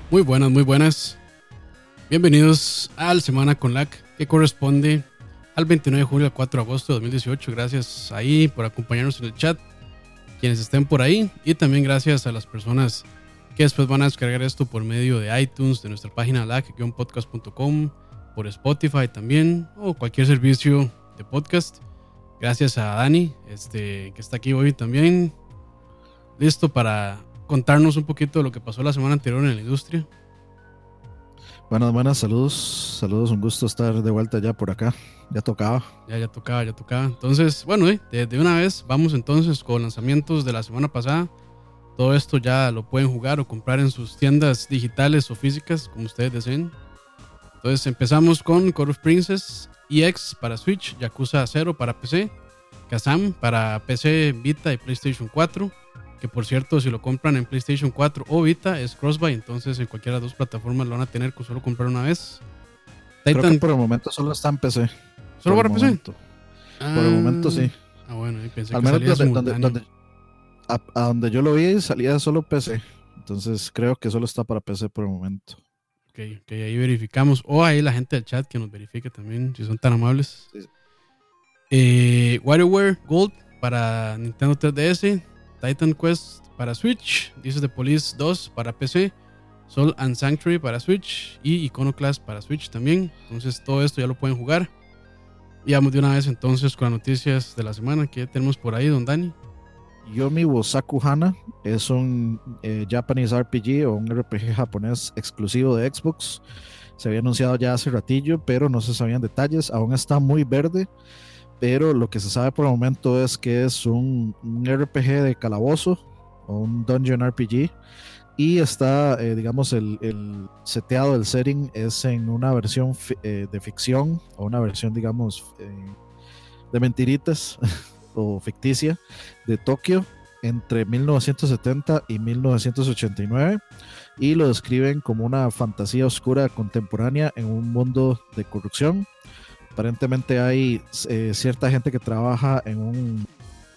Muy buenas, muy buenas. Bienvenidos al Semana con LAC, que corresponde al 29 de julio al 4 de agosto de 2018. Gracias ahí por acompañarnos en el chat, quienes estén por ahí, y también gracias a las personas que después van a descargar esto por medio de iTunes, de nuestra página lac-podcast.com, por Spotify también, o cualquier servicio de podcast. Gracias a Dani, que está aquí hoy también, listo para contarnos un poquito de lo que pasó la semana anterior en la industria. Buenas, saludos, un gusto estar de vuelta ya por acá, ya tocaba. Ya tocaba. Entonces, bueno, de una vez vamos entonces con lanzamientos de la semana pasada. Todo esto ya lo pueden jugar o comprar en sus tiendas digitales o físicas, como ustedes deseen. Entonces empezamos con Core of Princess EX para Switch, Yakuza 0 para PC, Kazam para PC, Vita y PlayStation 4, que por cierto, si lo compran en PlayStation 4 o Vita es crossbuy, entonces en cualquiera de las dos plataformas lo van a tener con solo comprar una vez. Creo que por el momento solo está en PC. ¿Solo para PC? Por el momento sí. Bueno, pensé al que menos salía a donde yo lo vi salía solo PC. Entonces creo que solo está para PC por el momento. Ok, ahí verificamos. O ahí la gente del chat que nos verifique también, si son tan amables. Sí. WarioWare Gold para Nintendo 3DS, Titan Quest para Switch, Dices de Police 2 para PC, Soul and Sanctuary para Switch y Iconoclast para Switch también. Entonces todo esto ya lo pueden jugar. Y vamos de una vez entonces con las noticias de la semana que tenemos por ahí, don Dani. Yomi Wosaku Hana es un Japanese RPG o un RPG japonés exclusivo de Xbox. Se había anunciado ya hace ratillo, pero no se sabían detalles. Aún está muy verde, pero lo que se sabe por el momento es que es un RPG de calabozo o un Dungeon RPG. Y está, digamos, el seteado del setting es en una versión de ficción o una versión, digamos, de mentiritas o ficticia de Tokio entre 1970 y 1989 y lo describen como una fantasía oscura contemporánea en un mundo de corrupción. Aparentemente hay cierta gente que trabaja en un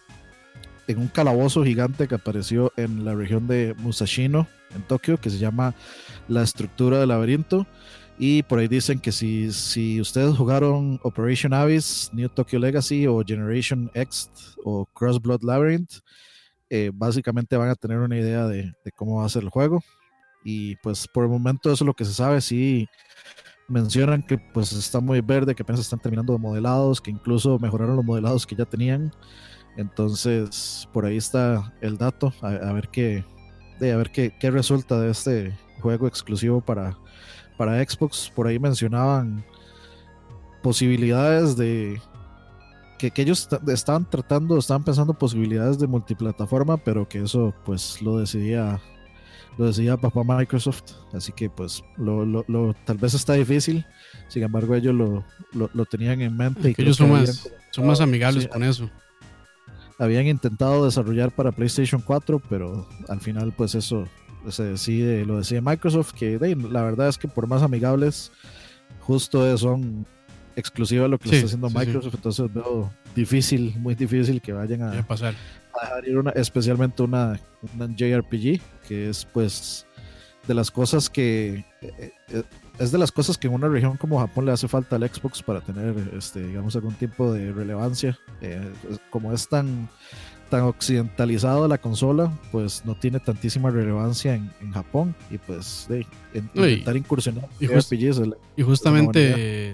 calabozo gigante que apareció en la región de Musashino, en Tokio, que se llama la estructura del laberinto. Y por ahí dicen que si ustedes jugaron Operation Abyss, New Tokyo Legacy o Generation X o Cross Blood Labyrinth, básicamente van a tener una idea de cómo va a ser el juego. Y pues por el momento eso es lo que se sabe. Sí mencionan que pues está muy verde, que apenas están terminando de modelados, que incluso mejoraron los modelados que ya tenían. Entonces por ahí está el dato, a ver qué resulta de este juego exclusivo para Xbox. Por ahí mencionaban posibilidades de que ellos estaban pensando posibilidades de multiplataforma, pero que eso pues lo decidía papá Microsoft, así que pues tal vez está difícil. Sin embargo ellos lo tenían en mente, y ellos son más amigables con eso. Habían intentado desarrollar para PlayStation 4, pero al final pues eso lo decide Microsoft, que la verdad es que por más amigables justo son exclusivas lo que lo está haciendo Microsoft. Entonces veo muy difícil que vayan a pasar a dejar ir especialmente una JRPG, que es pues de las cosas que es de las cosas que en una región como Japón le hace falta al Xbox para tener digamos algún tipo de relevancia. Como es tan occidentalizado la consola, pues no tiene tantísima relevancia en Japón, y pues intentar incursionar y justamente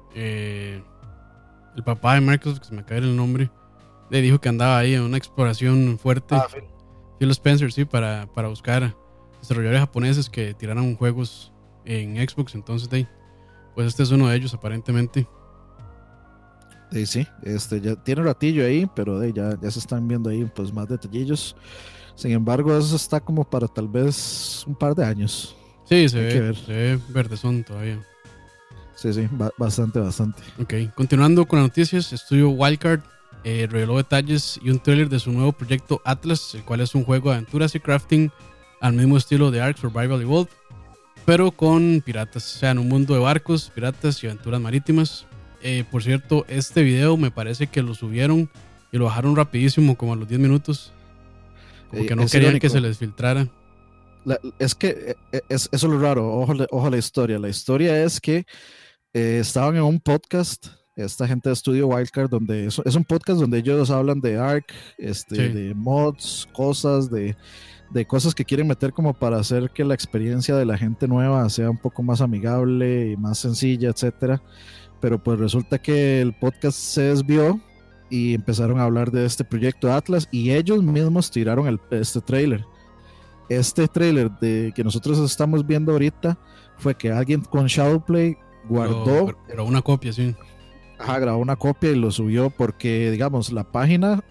el papá de Microsoft, que se me acaba el nombre, le dijo que andaba ahí en una exploración fuerte. Phil Spencer, sí, para buscar desarrolladores japoneses que tiraran juegos en Xbox. Entonces pues este es uno de ellos aparentemente. Sí, ya tiene ratillo ahí, pero ya se están viendo ahí pues más detallillos. Sin embargo, eso está como para tal vez un par de años. Sí, se ve verdezón todavía. Sí, bastante. Ok, continuando con las noticias, Estudio Wildcard reveló detalles y un trailer de su nuevo proyecto Atlas, el cual es un juego de aventuras y crafting al mismo estilo de Ark Survival Evolved, pero con piratas, o sea, en un mundo de barcos, piratas y aventuras marítimas. Por cierto, este video me parece que lo subieron y lo bajaron rapidísimo, como a los 10 minutos, como que no querían que se les filtrara. Es que eso es lo raro, ojo a la historia. La historia es que estaban en un podcast, esta gente de Estudio Wildcard, donde es un podcast donde ellos hablan de Ark, Sí, de mods, cosas, de cosas que quieren meter como para hacer que la experiencia de la gente nueva sea un poco más amigable y más sencilla, etcétera. Pero pues resulta que el podcast se desvió y empezaron a hablar de este proyecto Atlas y ellos mismos tiraron este trailer. Este trailer de que nosotros estamos viendo ahorita fue que alguien con Shadowplay guardó, pero una copia, sí. ajá, grabó una copia y lo subió porque, digamos, la página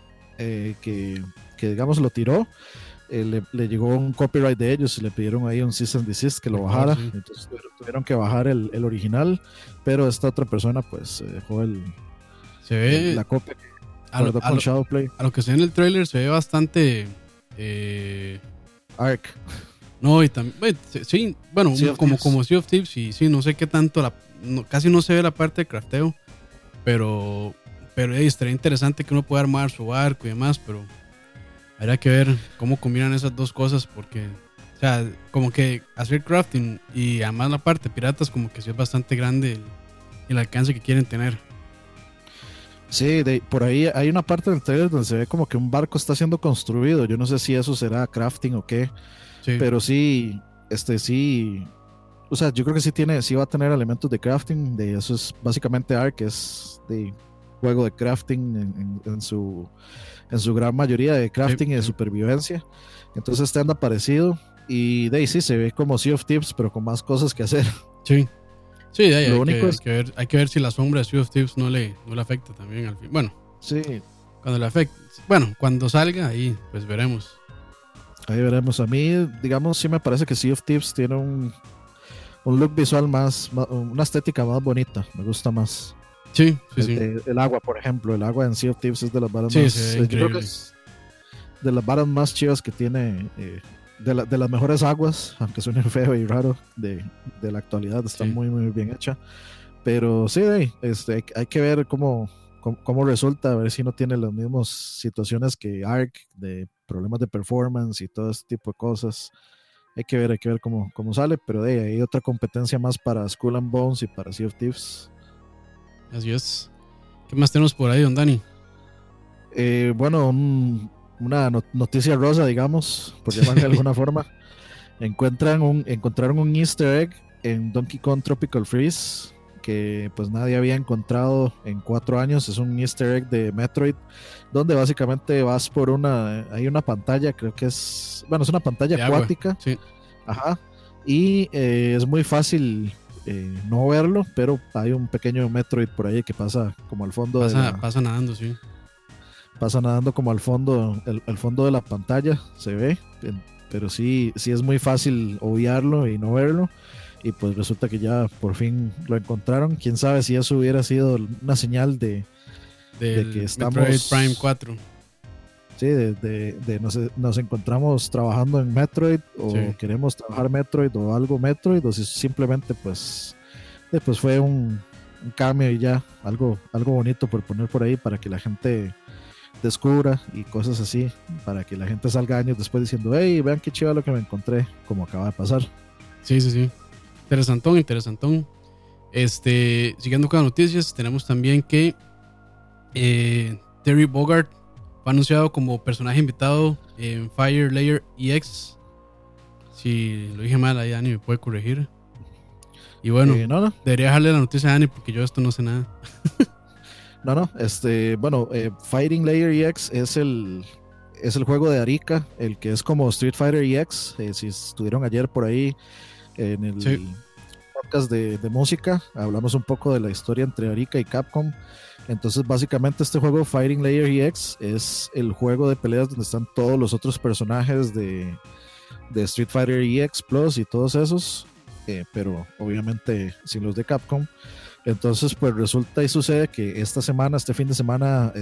digamos, lo tiró, le llegó un copyright de ellos y le pidieron ahí un cease and desist que lo Mejor, bajara. sí. Entonces tuvieron que bajar el original, pero esta otra persona pues dejó Se ve, la copia que a lo, guardó a con lo- Shadowplay. a lo que se ve en el trailer, se ve bastante. eh, Ark, no, y también. Sí, bueno, Sea of como, Thieves. como Sea of Thieves, y sí, no sé qué tanto. Casi no se ve la parte de crafteo, pero. Pero estaría interesante que uno pueda armar su barco y demás, pero habría que ver cómo combinan esas dos cosas, porque. O sea, como que hacer crafting y además la parte piratas, como que sí es bastante grande el alcance que quieren tener. Sí, por ahí hay una parte del trailer donde se ve como que un barco está siendo construido. Yo no sé si eso será crafting o qué, Sí, pero sí, sí, o sea, yo creo que sí va a tener elementos de crafting. De eso es básicamente Ark, que es de juego de crafting en su gran mayoría de sí, crafting y de sí. supervivencia. Entonces este anda parecido y de ahí sí se ve como Sea of Thieves, pero con más cosas que hacer. Sí, sí, de ahí Lo único es, hay que ver si la sombra de Sea of Thieves no le afecta también al fin. Bueno, sí, cuando le afecte, bueno, cuando salga, ahí pues veremos. ahí veremos. A mí, digamos, sí me parece que Sea of Thieves tiene un look visual una estética más bonita, me gusta más. Sí, sí, sí. El agua, por ejemplo, el agua en Sea of Thieves es de las varas Sí, se más, ve yo creo que increíble. es de las varas más chivas que tiene, de las mejores aguas, aunque suene feo y raro, de la actualidad, está Sí, muy, muy bien hecha. Pero sí, hay que ver cómo resulta, a ver si no tiene las mismas situaciones que Ark, de problemas de performance y todo este tipo de cosas. Hay que ver cómo sale, pero hay otra competencia más para Skull and Bones y para Sea of Thieves. así es. ¿Qué más tenemos por ahí, don Dani? Bueno, una noticia rosa, digamos, por llamarle de alguna forma. Encontraron un Easter egg en Donkey Kong Tropical Freeze que pues nadie había encontrado en 4 años. Es un Easter egg de Metroid donde básicamente vas por hay una pantalla, creo que bueno, es una pantalla De agua. acuática, Sí, ajá, y es muy fácil no verlo, pero hay un pequeño Metroid por ahí que pasa como al fondo pasa nadando, sí. pasa nadando como al fondo, el fondo de la pantalla, se ve, pero sí es muy fácil obviarlo y no verlo. Y pues resulta que ya por fin lo encontraron. Quién sabe si eso hubiera sido una señal de que Del Metroid Prime estamos, 4. sí, nos encontramos trabajando en Metroid o Sí, queremos trabajar Metroid o algo Metroid, o si simplemente pues fue un cambio y ya, algo bonito por poner por ahí para que la gente descubra y cosas así, para que la gente salga años después diciendo, hey, vean qué chido lo que me encontré, como acaba de pasar. sí, sí, sí. Interesantón, interesantón. Siguiendo con las noticias, tenemos también que Terry Bogard fue anunciado como personaje invitado en Fire Layer EX. Si lo dije mal, ahí Dani me puede corregir. Y bueno, No, no, debería dejarle la noticia a Dani porque yo esto no sé nada. no, bueno, Fighting Layer EX es el juego de Arika, el que es como Street Fighter EX. Si estuvieron ayer por ahí en Sí, el podcast de música, hablamos un poco de la historia entre Arika y Capcom. Entonces, básicamente, este juego Fighting Layer EX es el juego de peleas donde están todos los otros personajes de Street Fighter EX Plus y todos esos, pero obviamente sin los de Capcom. Entonces, pues resulta y sucede que este fin de semana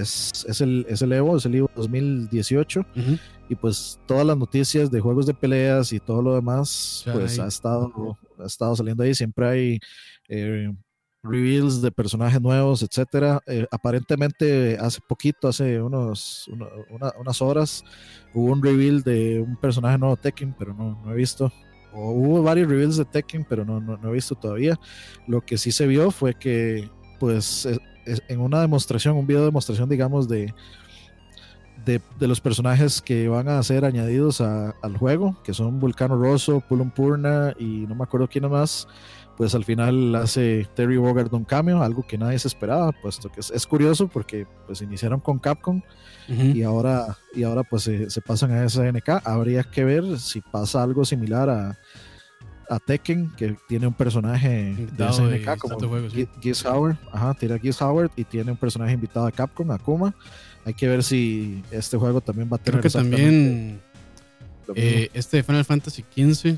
es el Evo 2018, ujú. y pues todas las noticias de juegos de peleas y todo lo demás, O sea, pues ahí, ha estado saliendo ahí. Siempre hay eh, reveals de personajes nuevos, etcétera. Aparentemente hace unas horas hubo un reveal de un personaje nuevo de Tekken, pero no he visto. O hubo varios reveals de Tekken, pero no he visto todavía. Lo que sí se vio fue que, pues, en una demostración, un video de demostración, digamos, de los personajes que van a ser añadidos al juego, que son Vulcano Rosso, Pulum Purna y no me acuerdo quién más. Pues al final hace Terry Bogard un cameo, algo que nadie se esperaba, puesto que es curioso porque pues iniciaron con Capcom y ahora pues se pasan a SNK. Habría que ver si pasa algo similar a Tekken, que tiene un personaje invitado de SNK como Geese Howard, tiene a Geese Howard y tiene un personaje invitado de Capcom, Akuma. Hay que ver si este juego también va a tener. Creo que también este Final Fantasy XV.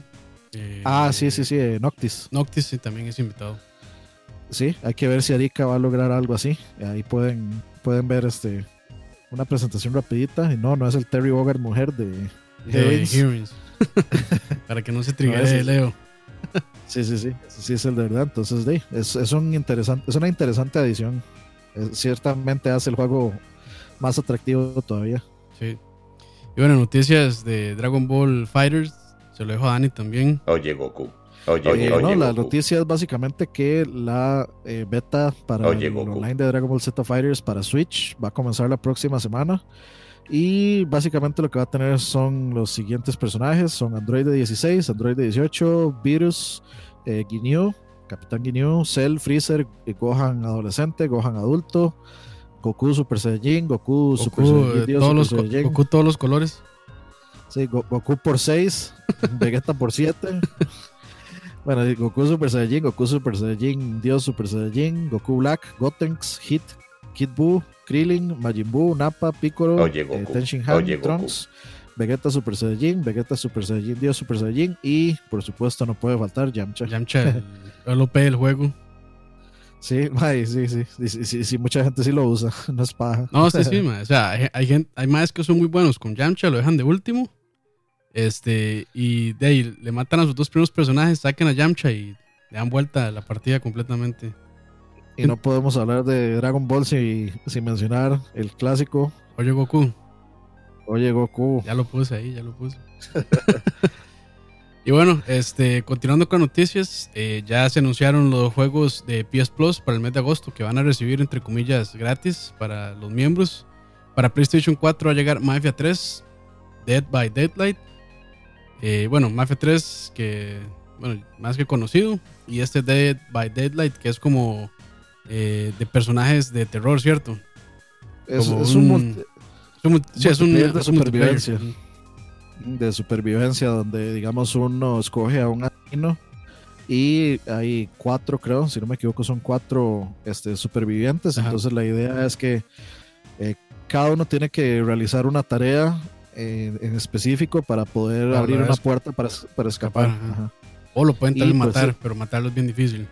Sí, Noctis. Noctis sí, también es invitado. Sí, hay que ver si Arika va a lograr algo así. Ahí pueden ver una presentación rapidita. Y no es el Terry Bogard mujer de Heroines. Para que no se trigue Leo. Sí, es el de verdad. Entonces, es una interesante adición. Ciertamente hace el juego más atractivo todavía. Sí. Y bueno, noticias de Dragon Ball Fighters. Se lo dejo a Dani también. Oye, Goku. La noticia es básicamente que la beta para el online de Dragon Ball Z Fighters para Switch va a comenzar la próxima semana. Y básicamente lo que va a tener son los siguientes personajes. Son Android 16, Android 18, Virus, Ginyu, Capitán Ginyu, Cell, Freezer, Gohan adolescente, Gohan adulto, Goku Super Saiyajin, Goku Super Saiyajin, Dios, Goku todos los colores. Sí, Goku por 6, Vegeta por 7. Bueno, Goku Super Saiyajin, Dios Super Saiyajin, Goku Black, Gotenks, Hit, Kid Buu, Krillin, Majin Buu, Nappa, Piccolo, Ten Shin Han, Trunks, Vegeta Super Saiyajin, Dios Super Saiyajin y por supuesto no puede faltar Yamcha. El OP del juego. Sí, mucha gente sí lo usa, no es paja. No, sí, o sea, hay más que son muy buenos con Yamcha, lo dejan de último. Y de ahí le matan a sus dos primeros personajes, sacan a Yamcha y le dan vuelta a la partida completamente. Y no podemos hablar de Dragon Ball sin mencionar el clásico. Oye Goku. Ya lo puse. Y bueno, continuando con noticias, ya se anunciaron los juegos de PS Plus para el mes de agosto que van a recibir entre comillas gratis para los miembros. Para PlayStation 4 va a llegar Mafia 3, Dead by Daylight. Mafia 3 que, más que conocido. Y Dead by Daylight que es como de personajes de terror, ¿cierto? Es un de supervivencia. De supervivencia donde digamos uno escoge a un asesino y hay 4, creo, si no me equivoco son 4 supervivientes. Ajá. Entonces la idea es que cada uno tiene que realizar una tarea en específico para poder abrir una puerta para escapar. Ajá. O lo pueden también matar, pero matarlo es bien difícil.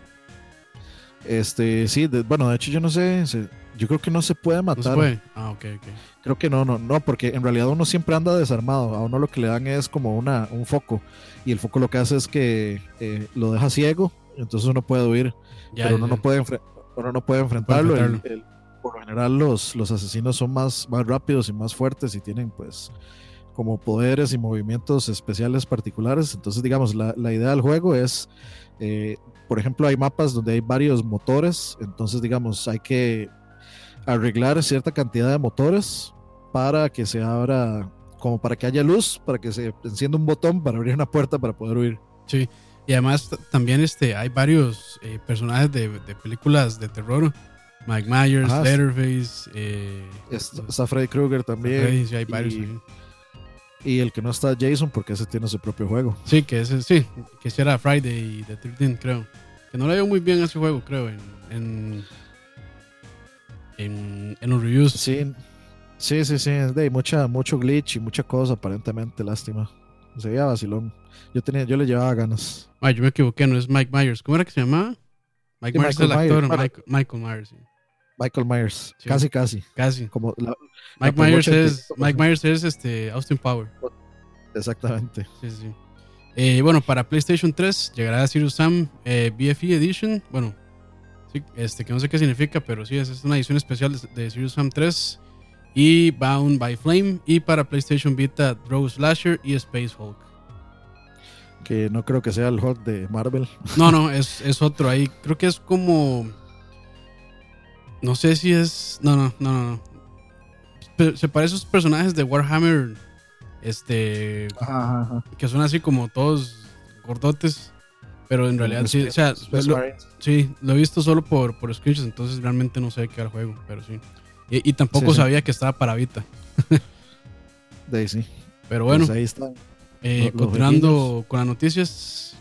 Sí, de hecho yo no sé, yo creo que no se puede matar. ¿No se puede? Ok. Creo que no, porque en realidad uno siempre anda desarmado. A uno lo que le dan es como un foco, y el foco lo que hace es que lo deja ciego, entonces uno puede huir, pero uno no puede enfrentarlo. Por lo general los asesinos son más rápidos y más fuertes y tienen pues como poderes y movimientos especiales particulares. Entonces digamos la idea del juego es por ejemplo hay mapas donde hay varios motores, entonces digamos hay que arreglar cierta cantidad de motores para que se abra, como para que haya luz, para que se encienda un botón para abrir una puerta para poder huir. Sí, y además también hay varios personajes de películas de terror. Mike Myers, Leatherface, está Freddy Krueger también. Sí, hay varios. Y el que no está Jason, porque ese tiene su propio juego. Sí, que ese era Friday y The 13, creo. Que no le dio muy bien a ese juego, creo, en los reviews. Sí, de mucho glitch y mucha cosa, aparentemente, lástima. Se veía vacilón. Yo le llevaba ganas. Yo me equivoqué, no es Mike Myers. ¿Cómo era que se llamaba? Mike Myers es el actor. Michael Myers, sí. Michael Myers, sí. Casi. Como Mike Myers es Austin Power. Exactamente. Sí. Para PlayStation 3 llegará Serious Sam BFE Edition. Bueno, Sí, que no sé qué significa, pero sí, es una edición especial de Serious Sam 3 y Bound by Flame, y para PlayStation Vita Draw Slasher y Space Hulk. Que no creo que sea el Hulk de Marvel. No, es otro ahí. Creo que es como. No sé si es. No. Se parece a esos personajes de Warhammer. Ajá. Que son así como todos gordotes. Pero en realidad sí. O sea, sí, lo he visto solo por screenshots. Entonces realmente no sé de qué era el juego. Pero sí. Y tampoco sabía que estaba para Vita. De ahí sí. Pero bueno. Pues ahí están. Continuando con las noticias.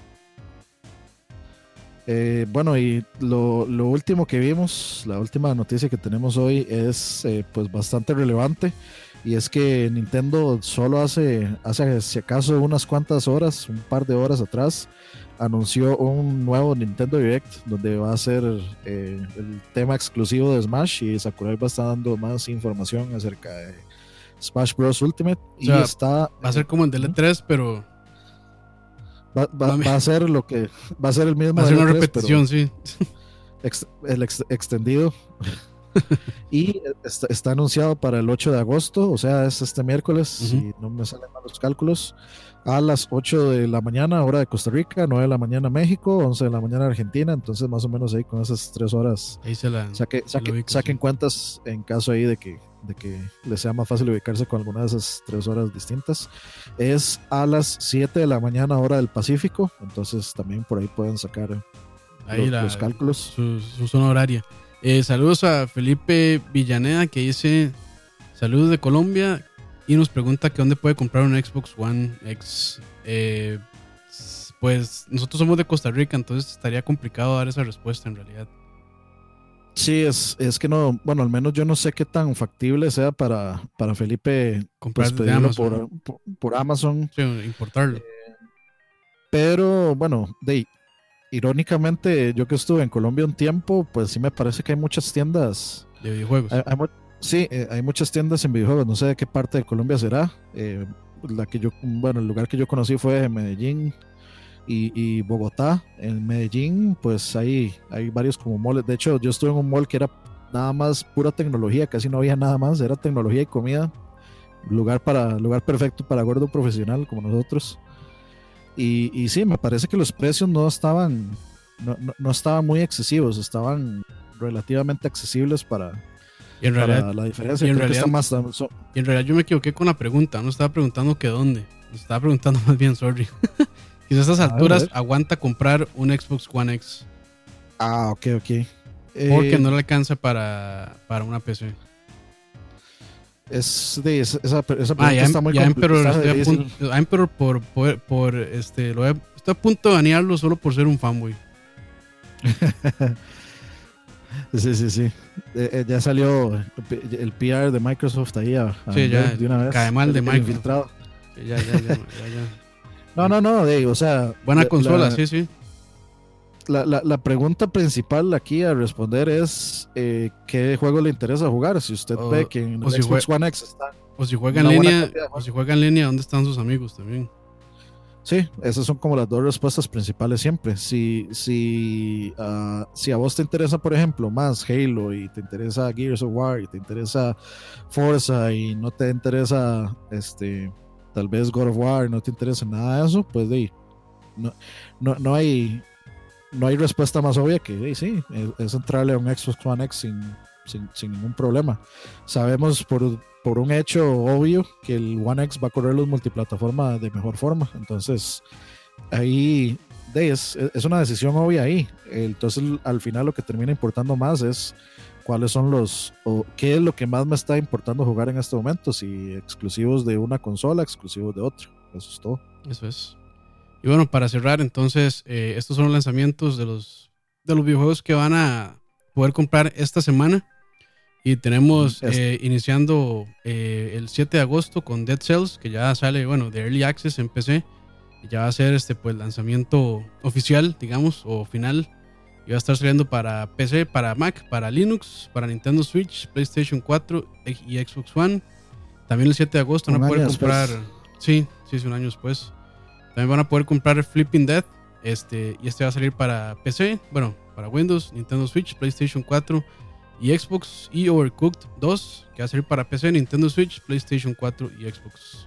Bueno, y lo último que vimos, la última noticia que tenemos hoy es pues bastante relevante, y es que Nintendo solo hace si acaso unas cuantas horas, un par de horas atrás, anunció un nuevo Nintendo Direct donde va a ser el tema exclusivo de Smash, y Sakurai va a estar dando más información acerca de Smash Bros. Ultimate. O sea, y está va a ser como el DL3, pero va a ser lo que va a ser el mismo. Va a ser una DL3, repetición, sí. Extendido. Y está anunciado para el 8 de agosto, o sea, es este miércoles, si no me salen mal los cálculos, a las 8 de la mañana, hora de Costa Rica, 9 de la mañana México, 11 de la mañana Argentina. Entonces más o menos ahí con esas 3 horas ahí saquen cuentas en caso ahí de que les sea más fácil ubicarse con alguna de esas 3 horas distintas. Es a las 7 de la mañana hora del Pacífico, entonces también por ahí pueden sacar ahí los cálculos. Su zona horaria. Saludos a Felipe Villaneda, que dice saludos de Colombia, y nos pregunta que dónde puede comprar un Xbox One X. Pues nosotros somos de Costa Rica, entonces estaría complicado dar esa respuesta en realidad. Sí, es que no, bueno, al menos yo no sé qué tan factible sea para Felipe comprar pues, de Amazon. por Amazon. Sí, importarlo. Pero bueno, irónicamente, yo que estuve en Colombia un tiempo, pues sí me parece que hay muchas tiendas de videojuegos. Hay muchas tiendas en videojuegos. No sé de qué parte de Colombia será. El lugar que yo conocí fue Medellín y Bogotá. En Medellín, pues hay varios como malls. De hecho, yo estuve en un mall que era nada más pura tecnología, casi no había nada más, era tecnología y comida. Lugar perfecto para gordo profesional como nosotros. Y sí, me parece que los precios no estaban muy excesivos, estaban relativamente accesibles para la diferencia. Y en realidad yo me equivoqué con la pregunta, no estaba preguntando que dónde, estaba preguntando más bien, sorry. Quizás a estas alturas aguanta comprar un Xbox One X. Ok. Porque no le alcanza para una PC. Esa pregunta está muy complicada. Estoy a punto de banearlo solo por ser un fanboy. Sí. Ya salió el PR de Microsoft ahí de una vez. Cae mal de Microsoft. Infiltrado. Ya. No, o sea. Buena consola, sí. La pregunta principal aquí a responder es ¿qué juego le interesa jugar? Si usted ve que en el Xbox One X está. O si juega en línea, ¿dónde están sus amigos también? Sí, esas son como las dos respuestas principales siempre. Si a vos te interesa, por ejemplo, más Halo, y te interesa Gears of War, y te interesa Forza, y no te interesa tal vez God of War, no te interesa nada de eso, pues no hay respuesta más obvia que sí, es entrarle a un Xbox One X sin ningún problema. Sabemos por un hecho obvio que el One X va a correr los multiplataforma de mejor forma. Entonces ahí es una decisión obvia ahí. Entonces al final lo que termina importando más es cuáles son qué es lo que más me está importando jugar en este momento, si exclusivos de una consola, exclusivos de otra. Eso es todo. Eso es. Y bueno, para cerrar, entonces, estos son los lanzamientos de los videojuegos que van a poder comprar esta semana. Y tenemos iniciando el 7 de agosto con Dead Cells, que ya sale, de Early Access en PC. Y ya va a ser pues lanzamiento oficial, digamos, o final. Y va a estar saliendo para PC, para Mac, para Linux, para Nintendo Switch, PlayStation 4 y Xbox One. También el 7 de agosto van a poder comprar. Sí, un año después. También van a poder comprar Flipping Dead. Y va a salir para PC, para para Windows, Nintendo Switch, PlayStation 4 y Xbox, y Overcooked 2, que va a salir para PC, Nintendo Switch, PlayStation 4 y Xbox.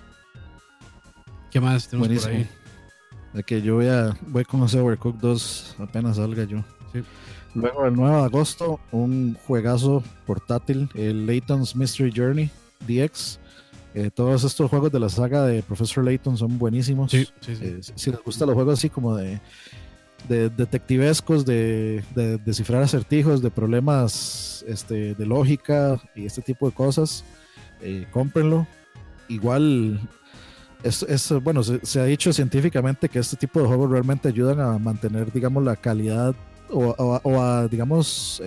¿Qué más tenemos Buenísimo. por ahí? De que yo voy a conocer Overcooked 2 apenas salga yo. Sí. Luego el 9 de agosto, un juegazo portátil, el Layton's Mystery Journey DX. Todos estos juegos de la saga de Professor Layton son buenísimos. Sí. Si les gustan los juegos así como de detectivescos, de descifrar acertijos, de problemas de lógica y este tipo de cosas, cómprenlo. Igual, bueno, se ha dicho científicamente que este tipo de juegos realmente ayudan a mantener, digamos, la calidad o a digamos,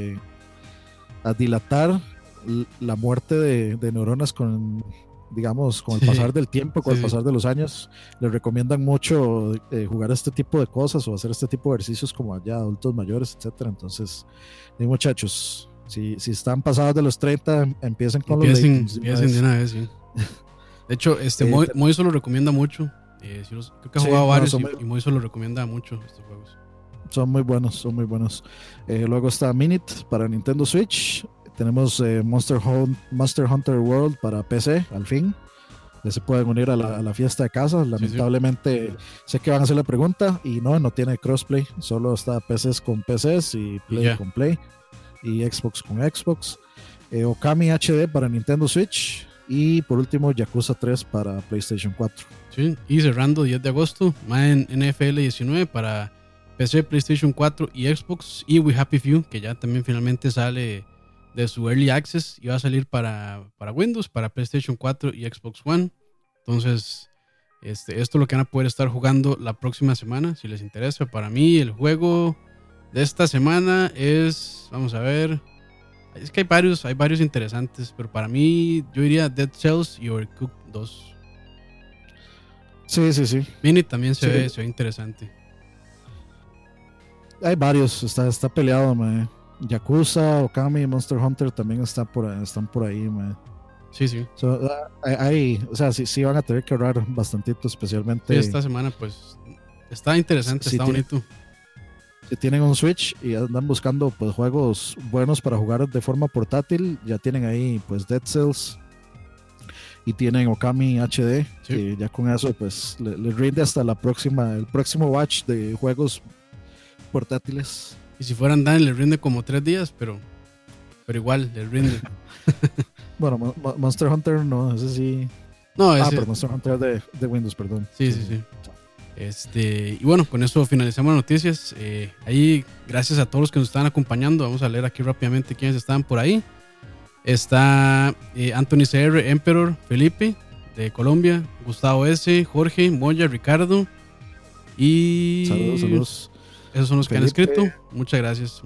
a dilatar la muerte de neuronas con, digamos, con el pasar del tiempo, con el pasar de los años. Les recomiendan mucho jugar este tipo de cosas o hacer este tipo de ejercicios como ya adultos mayores, etcétera. Entonces, muchachos, si están pasados de los 30, empiecen con los Laytons. Empiecen de una vez, sí. De hecho, Moiso lo recomienda mucho. Creo que ha jugado varios y Moiso lo recomienda mucho estos juegos. Son muy buenos. Luego está Minute para Nintendo Switch. Tenemos Monster Hunter World para PC, al fin. Ya se pueden unir a la fiesta de casa. Lamentablemente, sé que van a hacer la pregunta y no tiene crossplay. Solo está PCs con PCs y Play con Play y Xbox con Xbox. Okami HD para Nintendo Switch. Y por último, Yakuza 3 para PlayStation 4. Sí, y cerrando 10 de agosto, Madden NFL 19 para PC, PlayStation 4 y Xbox. Y We Happy Few, que ya también finalmente sale de su Early Access y va a salir para Windows, para PlayStation 4 y Xbox One. Entonces, esto es lo que van a poder estar jugando la próxima semana, si les interesa. Para mí, el juego de esta semana es, vamos a ver, es que hay varios interesantes, pero para mí, yo diría Dead Cells y Overcooked 2. Sí. Mini también se ve interesante. Hay varios, está peleado, man. Yakuza, Okami, Monster Hunter también están por ahí, man. Sí. Sí van a tener que ahorrar bastantito, especialmente. Sí, esta semana, pues, está interesante, está bonito. Si tienen un Switch y andan buscando pues juegos buenos para jugar de forma portátil, ya tienen ahí pues Dead Cells y tienen Okami HD, que ya con eso pues les rinde hasta el próximo batch de juegos portátiles. Y si fueran Dan, les rinde como 3 días, pero igual les rinde. Bueno, Monster Hunter no, ese sí. No, pero Monster Hunter de Windows, perdón. Sí. Y bueno, con eso finalizamos las noticias. Ahí, gracias a todos los que nos están acompañando. Vamos a leer aquí rápidamente quiénes están por ahí. Está Anthony CR, Emperor, Felipe de Colombia, Gustavo S, Jorge, Moya, Ricardo. Y saludos. Esos son los Felipe. Que han escrito. Muchas gracias.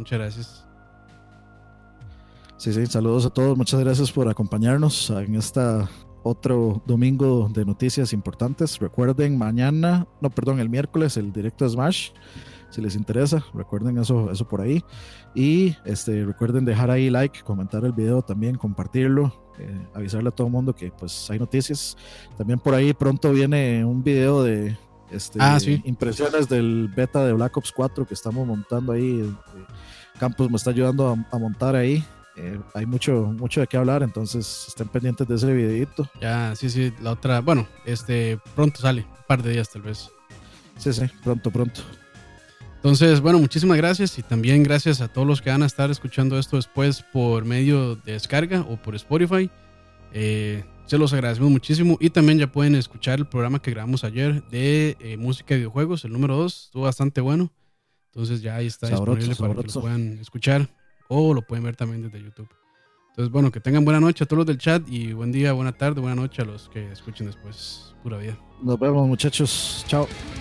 Sí, saludos a todos. Muchas gracias por acompañarnos en esta otro domingo de noticias importantes. Recuerden el miércoles, el directo de Smash, si les interesa, recuerden eso por ahí. Y recuerden dejar ahí like, comentar el video también, compartirlo, avisarle a todo el mundo que pues hay noticias. También por ahí pronto viene un video de impresiones del beta de Black Ops 4 que estamos montando ahí. Campos me está ayudando a montar ahí. Hay mucho de qué hablar, entonces estén pendientes de ese videito. Ya, sí, la otra, bueno, pronto sale, un par de días tal vez. Sí, pronto. Entonces, bueno, muchísimas gracias y también gracias a todos los que van a estar escuchando esto después por medio de descarga o por Spotify. Se los agradecemos muchísimo y también ya pueden escuchar el programa que grabamos ayer de música y videojuegos, el número 2, estuvo bastante bueno. Entonces ya ahí está disponible para que lo puedan escuchar o lo pueden ver también desde YouTube. Entonces, bueno, que tengan buena noche a todos los del chat y buen día, buena tarde, buena noche a los que escuchen después. Pura vida. Nos vemos, muchachos. Chao.